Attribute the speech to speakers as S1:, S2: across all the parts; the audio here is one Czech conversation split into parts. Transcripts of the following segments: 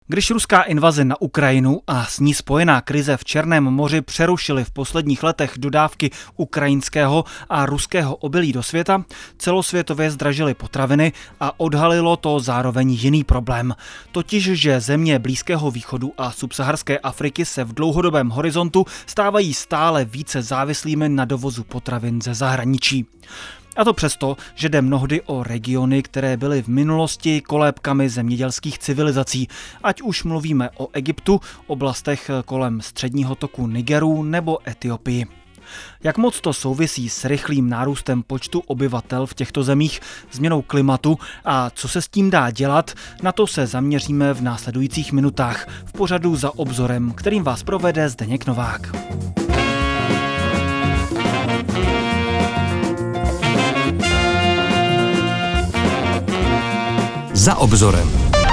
S1: Když ruská invaze na Ukrajinu a s ní spojená krize v Černém moři přerušily v posledních letech dodávky ukrajinského a ruského obilí do světa, celosvětově zdražily potraviny a odhalilo to zároveň jiný problém. Totiž, že země Blízkého východu a subsaharské Afriky se v dlouhodobém horizontu stávají stále více závislými na dovozu potravin ze zahraničí. A to přesto, že jde mnohdy o regiony, které byly v minulosti kolébkami zemědělských civilizací, ať už mluvíme o Egyptu, oblastech kolem středního toku Nigeru nebo Etiopii. Jak moc to souvisí s rychlým nárůstem počtu obyvatel v těchto zemích, změnou klimatu a co se s tím dá dělat, na to se zaměříme v následujících minutách v pořadu Za obzorem, kterým vás provede Zdeněk Novák.
S2: Za obzorem.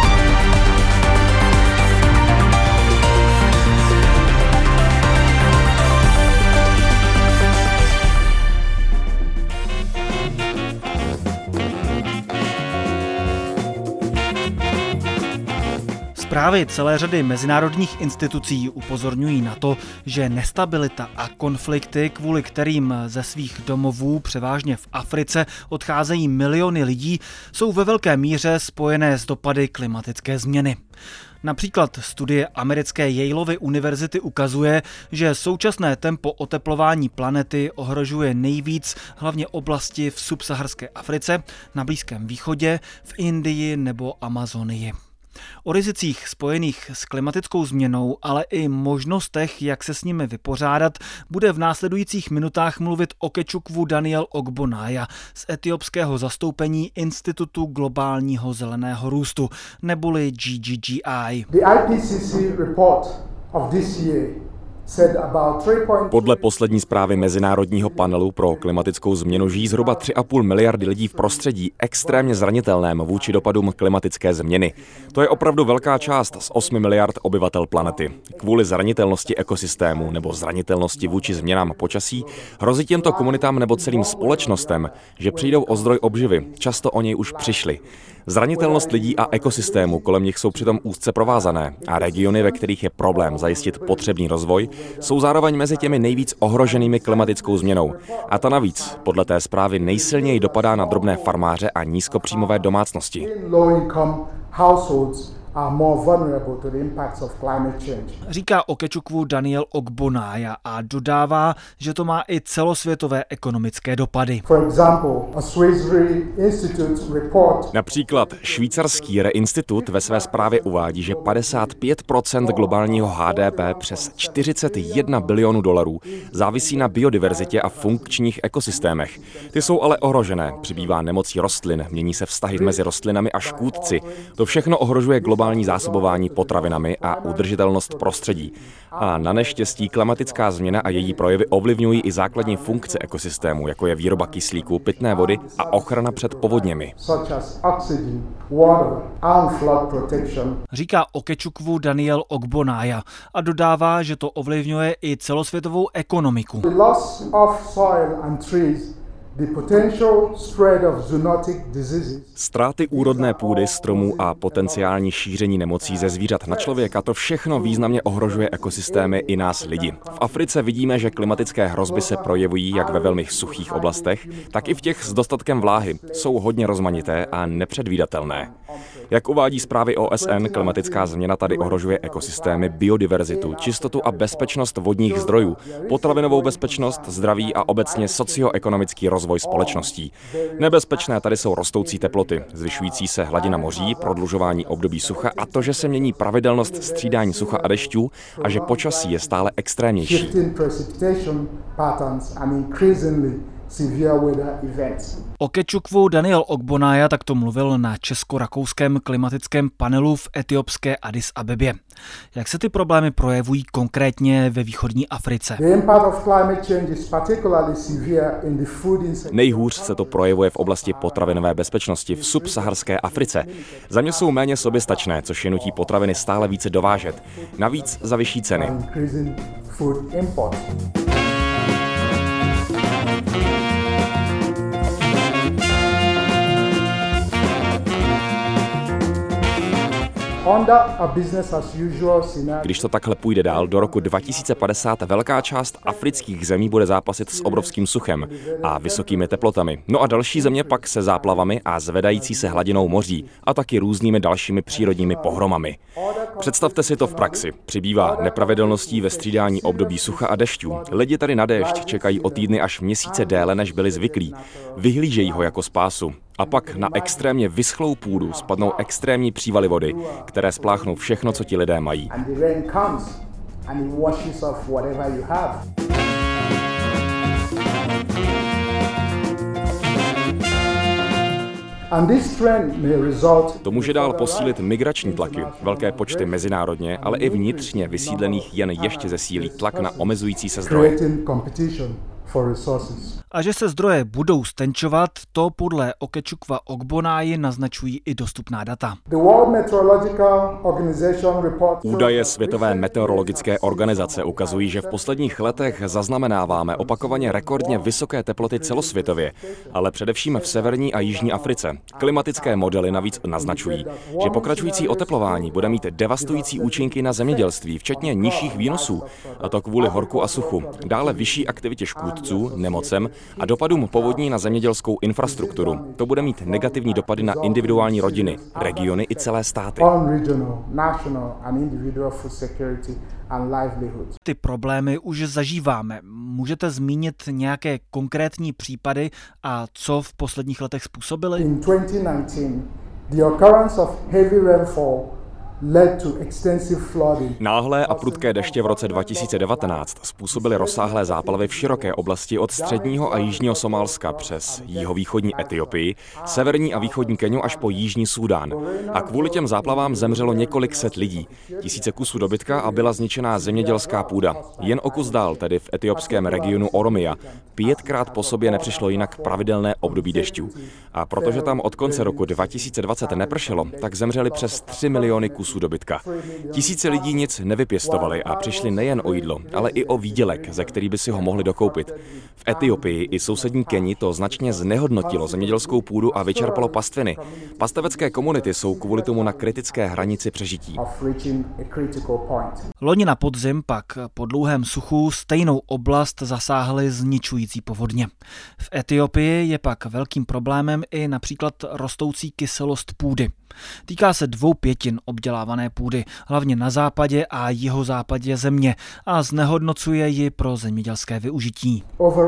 S1: Zprávy celé řady mezinárodních institucí upozorňují na to, že nestabilita a konflikty, kvůli kterým ze svých domovů převážně v Africe odcházejí miliony lidí, jsou ve velké míře spojené s dopady klimatické změny. Například studie americké Yaleovy univerzity ukazuje, že současné tempo oteplování planety ohrožuje nejvíc hlavně oblasti v subsaharské Africe, na Blízkém východě, v Indii nebo Amazonii. O rizicích spojených s klimatickou změnou, ale i možnostech, jak se s nimi vypořádat, bude v následujících minutách mluvit Okechukwu Daniel Ogbonnaya z etiopského zastoupení Institutu globálního zeleného růstu, neboli GGGI.
S3: The IPCC report of this year.
S4: Podle poslední zprávy Mezinárodního panelu pro klimatickou změnu žijí zhruba 3,5 miliardy lidí v prostředí extrémně zranitelném vůči dopadům klimatické změny. To je opravdu velká část z 8 miliard obyvatel planety. Kvůli zranitelnosti ekosystému nebo zranitelnosti vůči změnám počasí hrozí těmto komunitám nebo celým společnostem, že přijdou o zdroj obživy. Často o něj už přišli. Zranitelnost lidí a ekosystému kolem nich jsou přitom úzce provázané a regiony, ve kterých je problém zajistit potřebný rozvoj, jsou zároveň mezi těmi nejvíc ohroženými klimatickou změnou. A ta navíc, podle té zprávy, nejsilněji dopadá na drobné farmáře a nízkopříjmové domácnosti.
S1: Říká Okechukwu Daniel Ogbonnaya a dodává, že to má i celosvětové ekonomické dopady.
S4: Například švýcarský Re-institut ve své zprávě uvádí, že 55% globálního HDP přes 41 bilionů dolarů závisí na biodiverzitě a funkčních ekosystémech. Ty jsou ale ohrožené, přibývá nemocí rostlin, mění se vztahy mezi rostlinami a škůdci. To všechno ohrožuje globální zásobování potravinami a udržitelnost prostředí. A na neštěstí klimatická změna a její projevy ovlivňují i základní funkce ekosystému, jako je výroba kyslíku, pitné vody a ochrana před povodněmi.
S1: Říká Okechukwu Daniel Ogbonnaya a dodává, že to ovlivňuje i celosvětovou ekonomiku.
S4: Ztráty úrodné půdy, stromů a potenciální šíření nemocí ze zvířat na člověka, to všechno významně ohrožuje ekosystémy i nás lidi. V Africe vidíme, že klimatické hrozby se projevují jak ve velmi suchých oblastech, tak i v těch s dostatkem vláhy. Jsou hodně rozmanité a nepředvídatelné. Jak uvádí zprávy OSN, klimatická změna tady ohrožuje ekosystémy, biodiverzitu, čistotu a bezpečnost vodních zdrojů, potravinovou bezpečnost, zdraví a obecně socioekonomický rozvoj společností. Nebezpečné tady jsou rostoucí teploty, zvyšující se hladina moří, prodlužování období sucha a to, že se mění pravidelnost střídání sucha a dešťů a že počasí je stále extrémnější.
S1: Okechukwu Daniel Ogbonnaya takto mluvil na česko-rakouském klimatickém panelu v etiopské Addis Abebě. Jak se ty problémy projevují konkrétně ve východní Africe?
S4: Nejhůř se to projevuje v oblasti potravinové bezpečnosti v subsaharské Africe. Země jsou méně soběstačné, což je nutí potraviny stále více dovážet. Navíc za vyšší ceny. Když to takhle půjde dál, do roku 2050 velká část afrických zemí bude zápasit s obrovským suchem a vysokými teplotami. No a další země pak se záplavami a zvedající se hladinou moří a taky různými dalšími přírodními pohromami. Představte si to v praxi. Přibývá nepravidelností ve střídání období sucha a dešťů. Lidi tady na déšť čekají o týdny až měsíce déle, než byli zvyklí. Vyhlížejí ho jako spásu. A pak na extrémně vyschlou půdu spadnou extrémní přívaly vody, které spláchnou všechno, co ti lidé mají. To může dál posílit migrační tlaky, velké počty mezinárodně, ale i vnitřně vysídlených jen ještě zesílí tlak na omezující se zdroje.
S1: A že se zdroje budou stenčovat, to podle Okechukwu Ogbonayi naznačují i dostupná data.
S4: Údaje Světové meteorologické organizace ukazují, že v posledních letech zaznamenáváme opakovaně rekordně vysoké teploty celosvětově, ale především v severní a jižní Africe. Klimatické modely navíc naznačují, že pokračující oteplování bude mít devastující účinky na zemědělství, včetně nižších výnosů, a to kvůli horku a suchu. Dále vyšší aktivitě škůdců, nemocem a dopadům povodní na zemědělskou infrastrukturu. To bude mít negativní dopady na individuální rodiny, regiony i celé státy.
S1: Ty problémy už zažíváme. Můžete zmínit nějaké konkrétní případy a co v posledních letech způsobily?
S3: In 2019, the occurrence of heavy rainfall led to extensive flooding.
S4: Náhlé a prudké deště v roce 2019 způsobily rozsáhlé záplavy v široké oblasti od středního a jižního Somálska přes jihovýchodní Etiopii, severní a východní Keniu až po jižní Súdán. A kvůli těm záplavám zemřelo několik set lidí, tisíce kusů dobytka a byla zničená zemědělská půda. Jen o kus dál, tedy v etiopském regionu Oromia, 5krát po sobě nepřišlo jinak pravidelné období dešťů. A protože tam od konce roku 2020 nepršelo, tak zemřeli přes 3 miliony kusů dobytka. Tisíce lidí nic nevypěstovali a přišli nejen o jídlo, ale i o výdělek, ze který by si ho mohli dokoupit. V Etiopii i sousední Keni to značně znehodnotilo zemědělskou půdu a vyčerpalo pastviny. Pastevecké komunity jsou kvůli tomu na kritické hranici přežití.
S1: Loni na podzim pak po dlouhém suchu stejnou oblast zasáhly zničující povodně. V Etiopii je pak velkým problémem i například rostoucí kyselost půdy. Týká se 2/5 obdělávané půdy, hlavně na západě a jihozápadě země, a znehodnocuje ji pro zemědělské využití.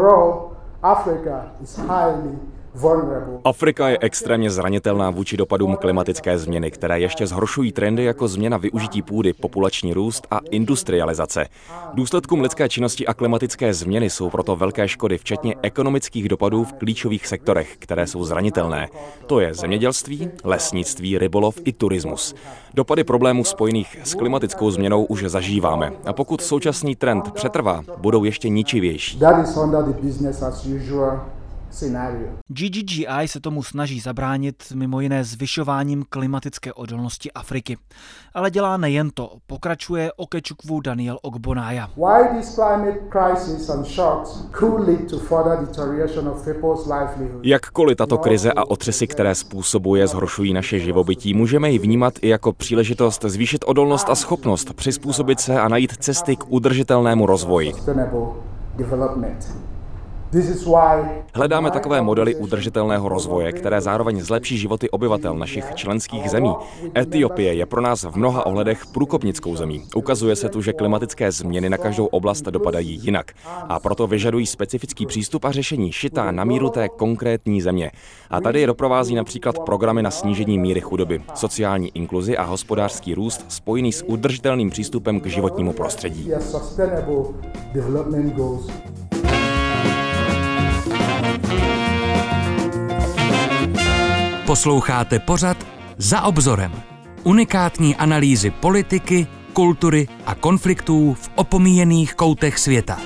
S4: Afrika je extrémně zranitelná vůči dopadům klimatické změny, které ještě zhoršují trendy jako změna využití půdy, populační růst a industrializace. Důsledkům lidské činnosti a klimatické změny jsou proto velké škody, včetně ekonomických dopadů v klíčových sektorech, které jsou zranitelné. To je zemědělství, lesnictví, rybolov i turismus. Dopady problémů spojených s klimatickou změnou už zažíváme a pokud současný trend přetrvá, budou ještě ničivější.
S1: GGGI se tomu snaží zabránit mimo jiné zvyšováním klimatické odolnosti Afriky. Ale dělá nejen to, pokračuje Okechukwu Daniel Ogbonayi.
S4: Jakkoliv tato krize a otřesy, které způsobuje, zhoršují naše živobytí, můžeme ji vnímat i jako příležitost zvýšit odolnost a schopnost přizpůsobit se a najít cesty k udržitelnému rozvoji. Hledáme takové modely udržitelného rozvoje, které zároveň zlepší životy obyvatel našich členských zemí. Etiopie je pro nás v mnoha ohledech průkopnickou zemí. Ukazuje se tu, že klimatické změny na každou oblast dopadají jinak. A proto vyžadují specifický přístup a řešení šitá na míru té konkrétní země. A tady je doprovází například programy na snížení míry chudoby, sociální inkluzi a hospodářský růst spojený s udržitelným přístupem k životnímu prostředí.
S2: Posloucháte pořad Za obzorem. Unikátní analýzy politiky, kultury a konfliktů v opomíjených koutech světa.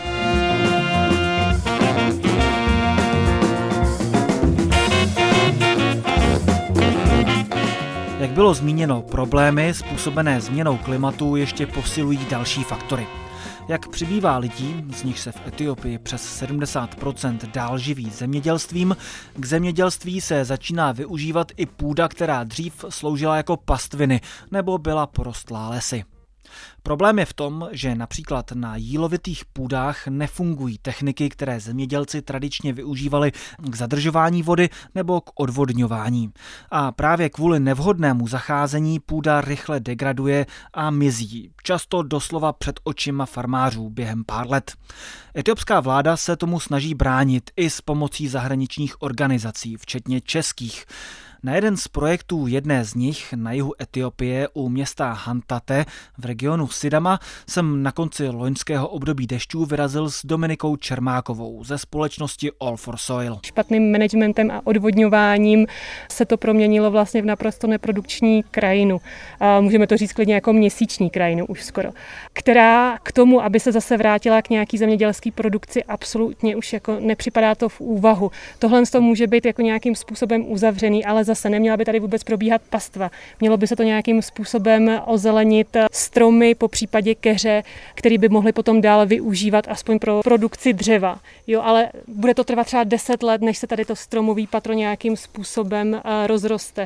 S1: Jak bylo zmíněno, problémy způsobené změnou klimatu ještě posilují další faktory. Jak přibývá lidí, z nich se v Etiopii přes 70% dál živí zemědělstvím, k zemědělství se začíná využívat i půda, která dřív sloužila jako pastviny nebo byla porostlá lesy. Problém je v tom, že například na jílovitých půdách nefungují techniky, které zemědělci tradičně využívali k zadržování vody nebo k odvodňování. A právě kvůli nevhodnému zacházení půda rychle degraduje a mizí, často doslova před očima farmářů během pár let. Etiopská vláda se tomu snaží bránit i s pomocí zahraničních organizací, včetně českých. Na jeden z projektů jedné z nich na jihu Etiopie u města Hantate v regionu Sidama jsem na konci loňského období dešťů vyrazil s Dominikou Čermákovou ze společnosti All for Soil.
S5: Špatným managementem a odvodňováním se to proměnilo vlastně v naprosto neprodukční krajinu. Můžeme to říct klidně jako měsíční krajinu už skoro, která k tomu, aby se zase vrátila k nějaký zemědělské produkci, absolutně už jako nepřipadá to v úvahu. Tohle to může být jako nějakým způsobem uzavřený, ale zase neměla by tady vůbec probíhat pastva. Mělo by se to nějakým způsobem ozelenit stromy, po případě keře, který by mohli potom dál využívat aspoň pro produkci dřeva. Jo, ale bude to trvat třeba 10 let, než se tady to stromový patro nějakým způsobem rozroste.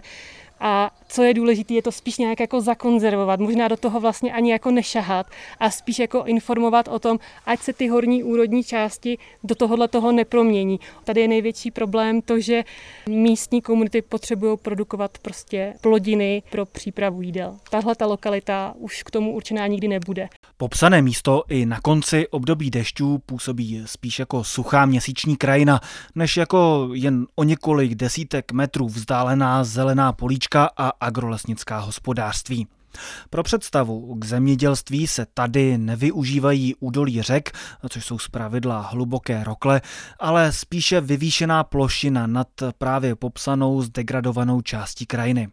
S5: A co je důležité, je to spíš nějak jako zakonzervovat, možná do toho vlastně ani jako nešahat a spíš jako informovat o tom, ať se ty horní úrodní části do tohohle toho nepromění. Tady je největší problém to, že místní komunity potřebují produkovat prostě plodiny pro přípravu jídel. Tahle ta lokalita už k tomu určená nikdy nebude.
S1: Popsané místo i na konci období dešťů působí spíš jako suchá měsíční krajina, než jako jen o několik desítek metrů vzdálená zelená políčka a agrolesnická hospodářství. Pro představu, k zemědělství se tady nevyužívají údolí řek, což jsou zpravidla hluboké rokle, ale spíše vyvýšená plošina nad právě popsanou zdegradovanou částí krajiny.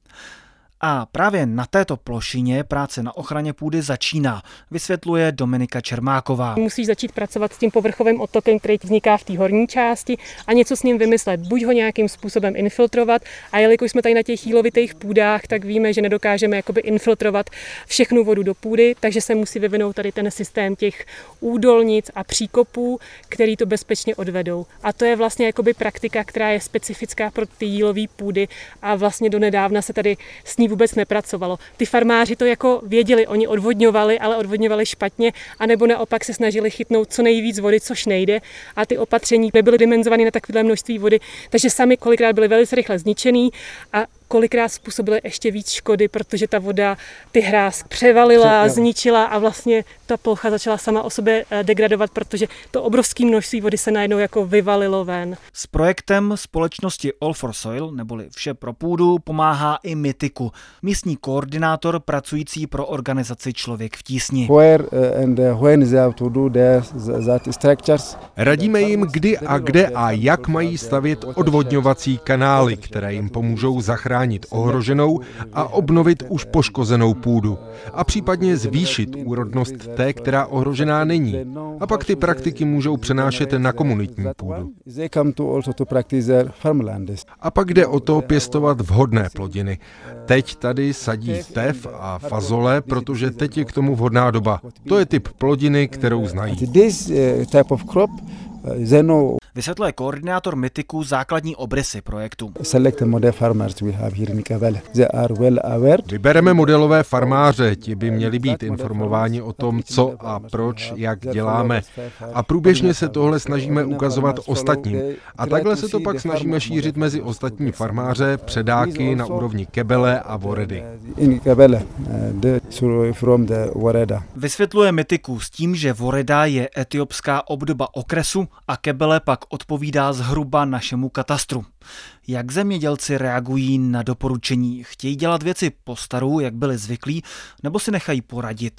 S1: A právě na této plošině práce na ochraně půdy začíná, vysvětluje Dominika Čermáková.
S5: Musíš začít pracovat s tím povrchovým odtokem, který vzniká v té horní části a něco s ním vymyslet. Buď ho nějakým způsobem infiltrovat, a jelikož jsme tady na těch jílovitých půdách, tak víme, že nedokážeme jakoby infiltrovat všechnu vodu do půdy, takže se musí vyvinout tady ten systém těch údolnic a příkopů, který to bezpečně odvedou. A to je vlastně jakoby praktika, která je specifická pro ty jílové půdy a vlastně donedávna se tady s ní vůbec nepracovalo. Ty farmáři to jako věděli, oni odvodňovali, ale odvodňovali špatně, anebo naopak se snažili chytnout co nejvíc vody, což nejde, a ty opatření nebyly dimenzované na takové množství vody, takže sami kolikrát byly velice rychle zničený a kolikrát způsobily ještě víc škody, protože ta voda ty hráz převalila, zničila a vlastně ta plocha začala sama o sobě degradovat, protože to obrovské množství vody se najednou jako vyvalilo ven.
S1: S projektem společnosti All for Soil, neboli Vše pro půdu, pomáhá i Mytiku, místní koordinátor pracující pro organizaci Člověk v tísni.
S6: Radíme jim, kdy a kde a jak mají stavět odvodňovací kanály, které jim pomůžou zachránit ohroženou a obnovit už poškozenou půdu a případně zvýšit úrodnost té, která ohrožená není. A pak ty praktiky můžou přenášet na komunitní půdu. A pak jde o to pěstovat vhodné plodiny. Teď tady sadí tev a fazole, protože teď je k tomu vhodná doba. To je typ plodiny, kterou znají.
S1: Vysvětluje koordinátor Mytiku základní obrysy projektu.
S6: Vybereme modelové farmáře, ti by měli být informováni o tom, co a proč, jak děláme. A průběžně se tohle snažíme ukazovat ostatním. A takhle se to pak snažíme šířit mezi ostatní farmáře, předáky na úrovni Kebele a Woredy.
S1: Vysvětluje Mytiku s tím, že Woreda je etiopská obdoba okresu a Kebele pak odpovídá zhruba našemu katastru. Jak zemědělci reagují na doporučení? Chtějí dělat věci po staru, jak byli zvyklí, nebo si nechají poradit?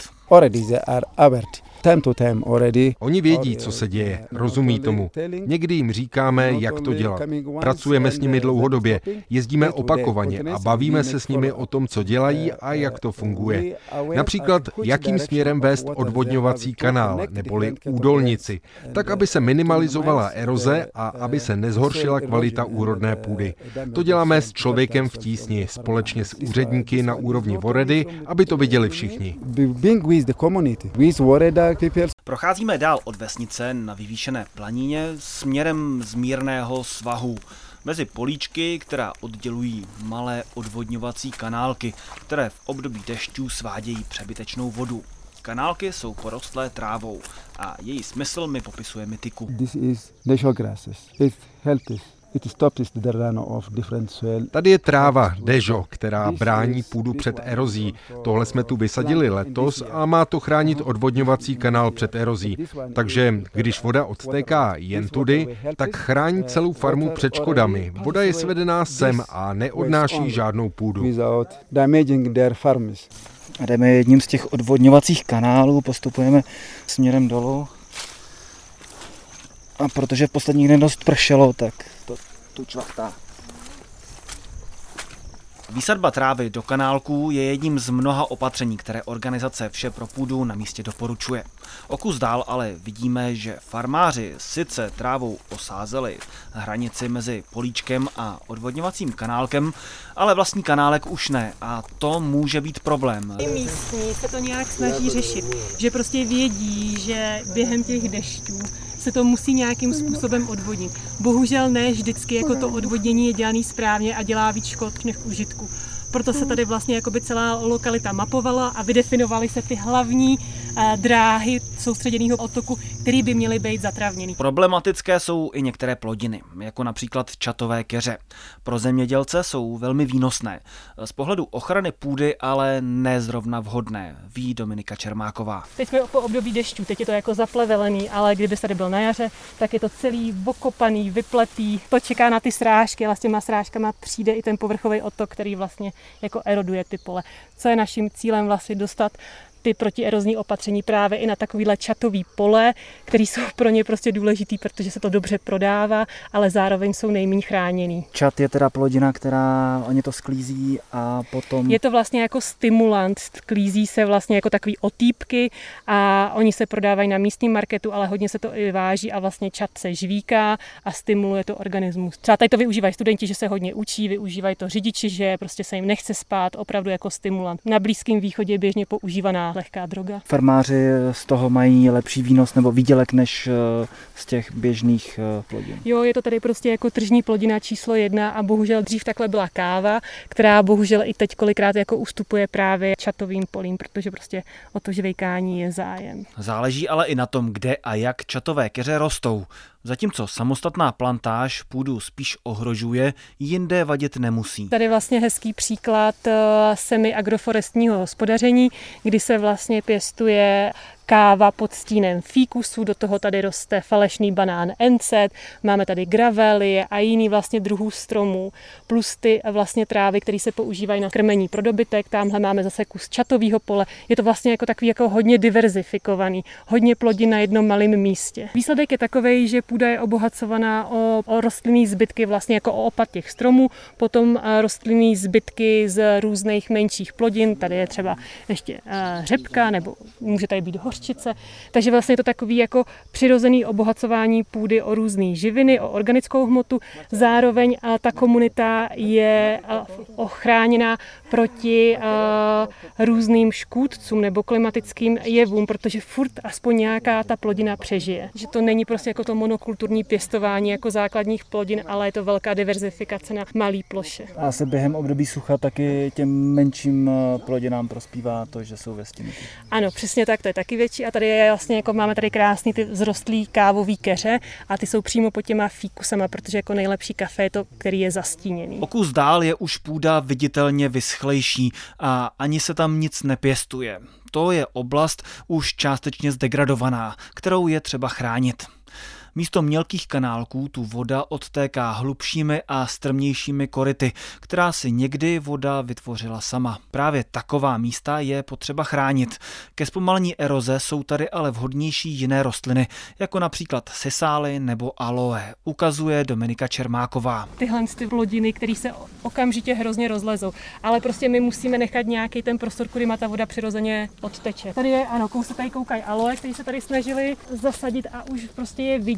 S6: Oni vědí, co se děje, rozumí tomu. Někdy jim říkáme, jak to dělat. Pracujeme s nimi dlouhodobě, jezdíme opakovaně a bavíme se s nimi o tom, co dělají a jak to funguje. Například, jakým směrem vést odvodňovací kanál, neboli údolnici, tak, aby se minimalizovala eroze a aby se nezhoršila kvalita úrodné půdy. To děláme s Člověkem v tísni, společně s úředníky na úrovni Woredy, aby to viděli všichni.
S1: Procházíme dál od vesnice na vyvýšené planině směrem z mírného svahu. Mezi políčky, která oddělují malé odvodňovací kanálky, které v období dešťů svádějí přebytečnou vodu. Kanálky jsou porostlé trávou a její smysl mi popisuje Mytiku.
S6: Tady je tráva, dežo, která brání půdu před erozí. Tohle jsme tu vysadili letos a má to chránit odvodňovací kanál před erozí. Takže když voda odtéká jen tudy, tak chrání celou farmu před škodami. Voda je svedená sem a neodnáší žádnou půdu.
S1: Jdeme jedním z těch odvodňovacích kanálů, postupujeme směrem dolů. A protože v posledních dnech dost pršelo, tak to tu čvachtá. Výsadba trávy do kanálků je jedním z mnoha opatření, které organizace Vše pro půdu na místě doporučuje. O kus dál ale vidíme, že farmáři sice trávou osázeli hranici mezi políčkem a odvodňovacím kanálkem, ale vlastní kanálek už ne a to může být problém.
S5: Ty místní se to nějak snaží řešit, že prostě vědí, že během těch dešťů se to musí nějakým způsobem odvodnit. Bohužel ne vždycky jako to odvodnění je dělané správně a dělá víc škod než užitku. Proto se tady vlastně jakoby celá lokalita mapovala a vydefinovaly se ty hlavní dráhy soustředěného odtoku, které by měly být zatravněny.
S1: Problematické jsou i některé plodiny, jako například čatové keře. Pro zemědělce jsou velmi výnosné. Z pohledu ochrany půdy ale ne zrovna vhodné, ví Dominika Čermáková.
S5: Teď jsme po období dešťů, teď je to jako zaplevelený, ale kdyby tady byl na jaře, tak je to celý okopaný, vypletý. To čeká na ty srážky, ale s těma srážkama přijde i ten povrchový odtok, který vlastně jako eroduje ty pole. Co je naším cílem vlastně dostat ty protierozní opatření právě i na takovýhle čatový pole, který jsou pro ně prostě důležitý, protože se to dobře prodává, ale zároveň jsou nejméně chráněný.
S1: Čat je teda plodina, která oni to sklízí a potom...
S5: Je to vlastně jako stimulant, sklízí se vlastně jako takový otýpky a oni se prodávají na místním marketu, ale hodně se to i váží a vlastně čat se žvíká a stimuluje to organismus. Třeba tady to využívají studenti, že se hodně učí, využívají to řidiči, že prostě se jim nechce spát, opravdu jako stimulant. Na Blízkém východě je běžně používaná lehká droga.
S1: Farmáři z toho mají lepší výnos nebo výdělek než z těch běžných plodin.
S5: Jo, je to tady prostě jako tržní plodina číslo 1 a bohužel dřív takhle byla káva, která bohužel i teď kolikrát jako ustupuje právě čatovým polím, protože prostě o to žvejkání je zájem.
S1: Záleží ale i na tom, kde a jak čatové keře rostou. Zatímco samostatná plantáž půdu spíš ohrožuje, jinde vadit nemusí.
S5: Tady vlastně hezký příklad semi-agroforestního hospodaření, kdy se vlastně pěstuje káva pod stínem fíkusu, do toho tady roste falešný banán encet, máme tady gravelie a jiný vlastně druhů stromů, plus ty vlastně trávy, které se používají na krmení pro dobytek, tamhle máme zase kus čatového pole, je to vlastně jako takový jako hodně diverzifikovaný, hodně plodin na jednom malém místě. Výsledek je takovej, že půda je obohacovaná o rostlinné zbytky vlastně jako o opat těch stromů, potom rostlinné zbytky z různých menších plodin, tady je třeba ještě řepka nebo může tady být hořčice. Takže vlastně je to takový jako přirozený obohacování půdy o různé živiny, o organickou hmotu. Zároveň ta komunita je ochráněna proti různým škůdcům nebo klimatickým jevům, protože furt aspoň nějaká ta plodina přežije. Že to není prostě jako to monokulturní pěstování jako základních plodin, ale je to velká diverzifikace na malý ploše.
S1: A se během období sucha taky těm menším plodinám prospívá to, že jsou ve stěnu.
S5: Ano, přesně tak, to je taky větší a tady je vlastně jako máme tady krásný ty vzrostlý kávový keře a ty jsou přímo pod těma fíkusama, protože jako nejlepší kafe je to, který je zastíněný.
S1: O kus dál je už půda viditelně vyschlejší a ani se tam nic nepěstuje. To je oblast už částečně zdegradovaná, kterou je třeba chránit. Místo mělkých kanálků tu voda odtéká hlubšími a strmějšími koryty, která si někdy voda vytvořila sama. Právě taková místa je potřeba chránit. Ke zpomalení eroze jsou tady ale vhodnější jiné rostliny, jako například sesály nebo aloe, ukazuje Dominika Čermáková.
S5: Tyhle ty plodiny, které se okamžitě hrozně rozlezou, ale prostě my musíme nechat nějaký ten prostor, kudy má ta voda přirozeně odteče. Tady je, ano, se tady koukají aloe, který se tady snažili zasadit a už prostě je vidět,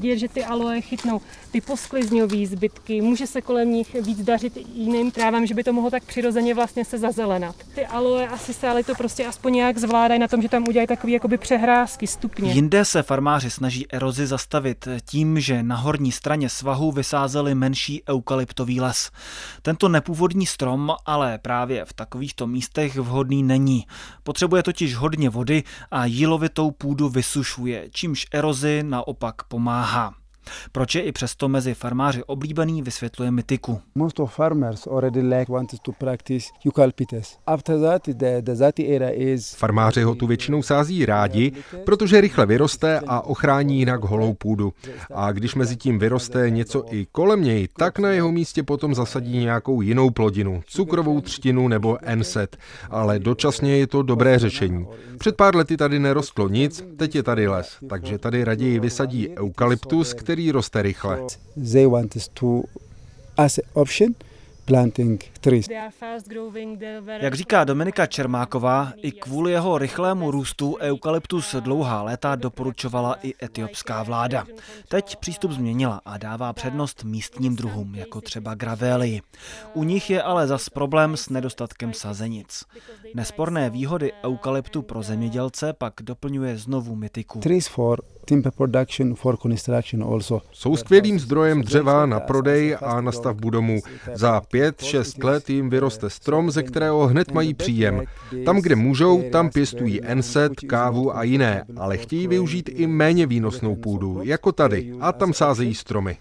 S5: vidět, že ty aloe chytnou ty posklizňové zbytky, může se kolem nich víc dařit jiným trávám, že by to mohlo tak přirozeně vlastně se zazelenat. Ty aloe asi sály to prostě aspoň nějak zvládají na tom, že tam udělají takový jakoby přehrázky, stupně.
S1: Jinde se farmáři snaží erozi zastavit tím, že na horní straně svahu vysázeli menší eukalyptový les. Tento nepůvodní strom ale právě v takovýchto místech vhodný není. Potřebuje totiž hodně vody a jílovitou půdu vysušuje, čímž erozi naopak pomáhá. Proč je i přesto mezi farmáři oblíbený, vysvětluje Mytiku.
S7: Most of farmers already wanted to practice eucalyptus. After that the era is.
S6: Farmáři ho tu většinou sází rádi, protože rychle vyroste a ochrání jinak holou půdu. A když mezi tím vyroste něco i kolem něj, tak na jeho místě potom zasadí nějakou jinou plodinu, cukrovou třtinu nebo NSAID. Ale dočasně je to dobré řešení. Před pár lety tady nerostlo nic, teď je tady les, takže tady raději vysadí eukalyptus, který roste rychle.
S7: They want to as option planting trees.
S1: Jak říká Dominika Čermáková, i kvůli jeho rychlému růstu eukalyptus dlouhá léta doporučovala i etiopská vláda. Teď přístup změnila a dává přednost místním druhům, jako třeba gravélii. U nich je ale zas problém s nedostatkem sazenic. Nesporné výhody eukalyptu pro zemědělce pak doplňuje znovu Mytiku.
S7: Timber production for construction also.
S6: Jsou skvělým zdrojem dřeva na prodej a na stavbu domů. Za 5-6 let jim vyroste strom, ze kterého hned mají příjem. Tam, kde můžou, tam pěstují NSAID, kávu a jiné, ale chtějí využít i méně výnosnou půdu, jako tady, a tam sázejí stromy.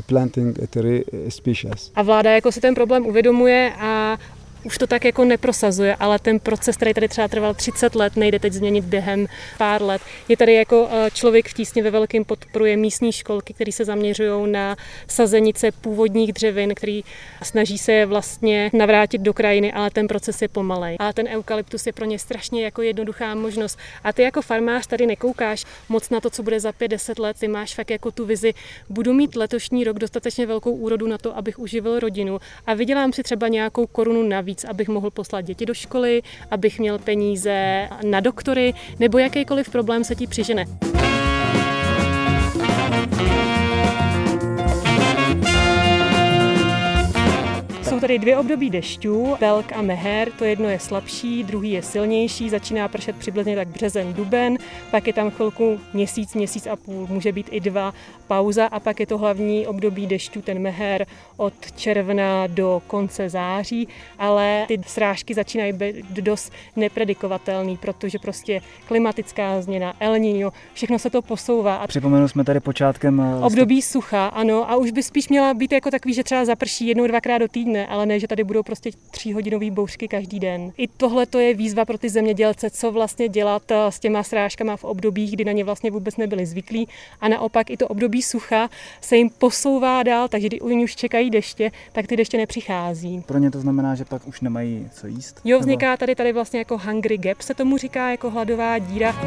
S5: A vláda jako si ten problém uvědomuje a už to tak jako neprosazuje, ale ten proces, který tady třeba trval 30 let, nejde teď změnit během pár let. Je tady jako Člověk v tísni ve velkém podporuje místní školky, které se zaměřují na sazenice původních dřevin, který snaží se je vlastně navrátit do krajiny, ale ten proces je pomalej. A ten eukalyptus je pro ně strašně jako jednoduchá možnost. A ty jako farmář tady nekoukáš moc na to, co bude za 5-10 let, ty máš fakt jako tu vizi, budu mít letošní rok dostatečně velkou úrodu na to, abych uživil rodinu a vydělám si třeba nějakou korunu navíc, abych mohl poslat děti do školy, abych měl peníze na doktory, nebo jakýkoliv problém se ti přižene. Jsou tady 2 období dešťů, Belk a Meher, to jedno je slabší, druhý je silnější, začíná pršet přibližně tak březen, duben, pak je tam chvilku měsíc a půl, může být i 2 pauza a pak je to hlavní období dešťů, ten Meher od června do konce září, ale ty srážky začínají být dost nepredikovatelný, protože prostě klimatická změna, El Niño, všechno se to posouvá. A
S1: připomenu, jsme tady počátkem
S5: období sucha, ano, a už by spíš měla být jako takový, že třeba zaprší 1-2krát do týdne, ale ne, že tady budou prostě 3hodinový bouřky každý den. I tohle to je výzva pro ty zemědělce, co vlastně dělat s těma srážkama v obdobích, kdy na ně vlastně vůbec nebyli zvyklí a naopak i to období sucha se jim posouvá dál, takže když oni už čekají deště, tak ty deště nepřichází.
S1: Pro ně to znamená, že pak už nemají co jíst?
S5: Jo, vzniká tady vlastně jako hungry gap, se tomu říká, jako hladová díra.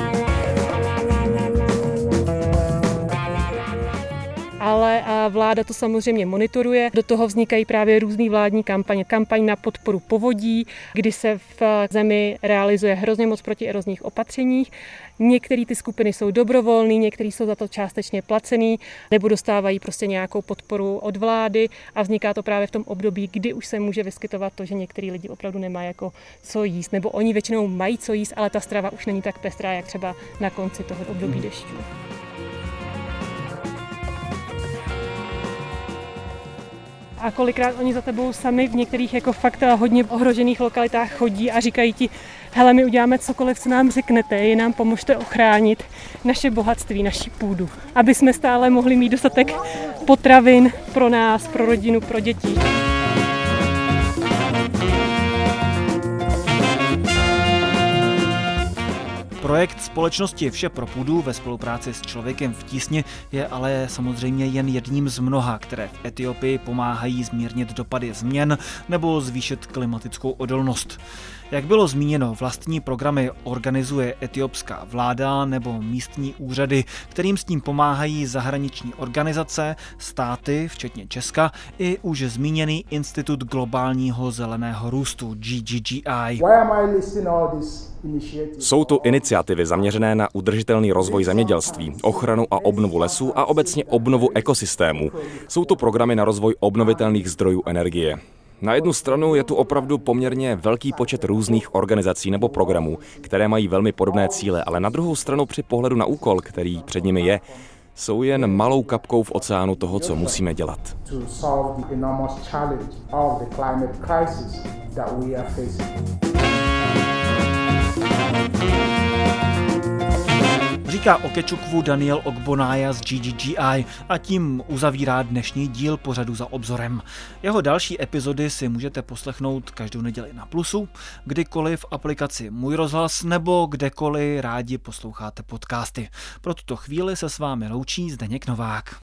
S5: Ale vláda to samozřejmě monitoruje. Do toho vznikají právě různý vládní kampaně. Kampaň na podporu povodí, kdy se v zemi realizuje hrozně moc protierozních opatřeních. Některé ty skupiny jsou dobrovolné, některé jsou za to částečně placený, nebo dostávají prostě nějakou podporu od vlády a vzniká to právě v tom období, kdy už se může vyskytovat to, že některý lidi opravdu nemají jako co jíst, nebo oni většinou mají co jíst, ale ta strava už není tak pestrá, jak třeba na konci toho období dešťů. A kolikrát oni za tebou sami v některých jako fakt hodně ohrožených lokalitách chodí a říkají ti, hele, my uděláme cokoliv, co nám řeknete, jen nám pomožte ochránit naše bohatství, naši půdu, aby jsme stále mohli mít dostatek potravin pro nás, pro rodinu, pro děti.
S1: Projekt společnosti Vše pro půdu ve spolupráci s Člověkem v tísni je ale samozřejmě jen jedním z mnoha, které v Etiopii pomáhají zmírnit dopady změn nebo zvýšit klimatickou odolnost. Jak bylo zmíněno, vlastní programy organizuje etiopská vláda nebo místní úřady, kterým s tím pomáhají zahraniční organizace, státy, včetně Česka, i už zmíněný Institut globálního zeleného růstu GGGI.
S4: Jsou to iniciativy zaměřené na udržitelný rozvoj zemědělství, ochranu a obnovu lesů a obecně obnovu ekosystémů. Jsou to programy na rozvoj obnovitelných zdrojů energie. Na jednu stranu je tu opravdu poměrně velký počet různých organizací nebo programů, které mají velmi podobné cíle, ale na druhou stranu při pohledu na úkol, který před nimi je, jsou jen malou kapkou v oceánu toho, co musíme dělat.
S1: Říká o Kečukvu Daniel Ogbonája z GGGI a tím uzavírá dnešní díl pořadu Za obzorem. Jeho další epizody si můžete poslechnout každou neděli na Plusu, kdykoliv v aplikaci Můj rozhlas nebo kdekoliv rádi posloucháte podcasty. Pro tuto chvíli se s vámi loučí Zdeněk Novák.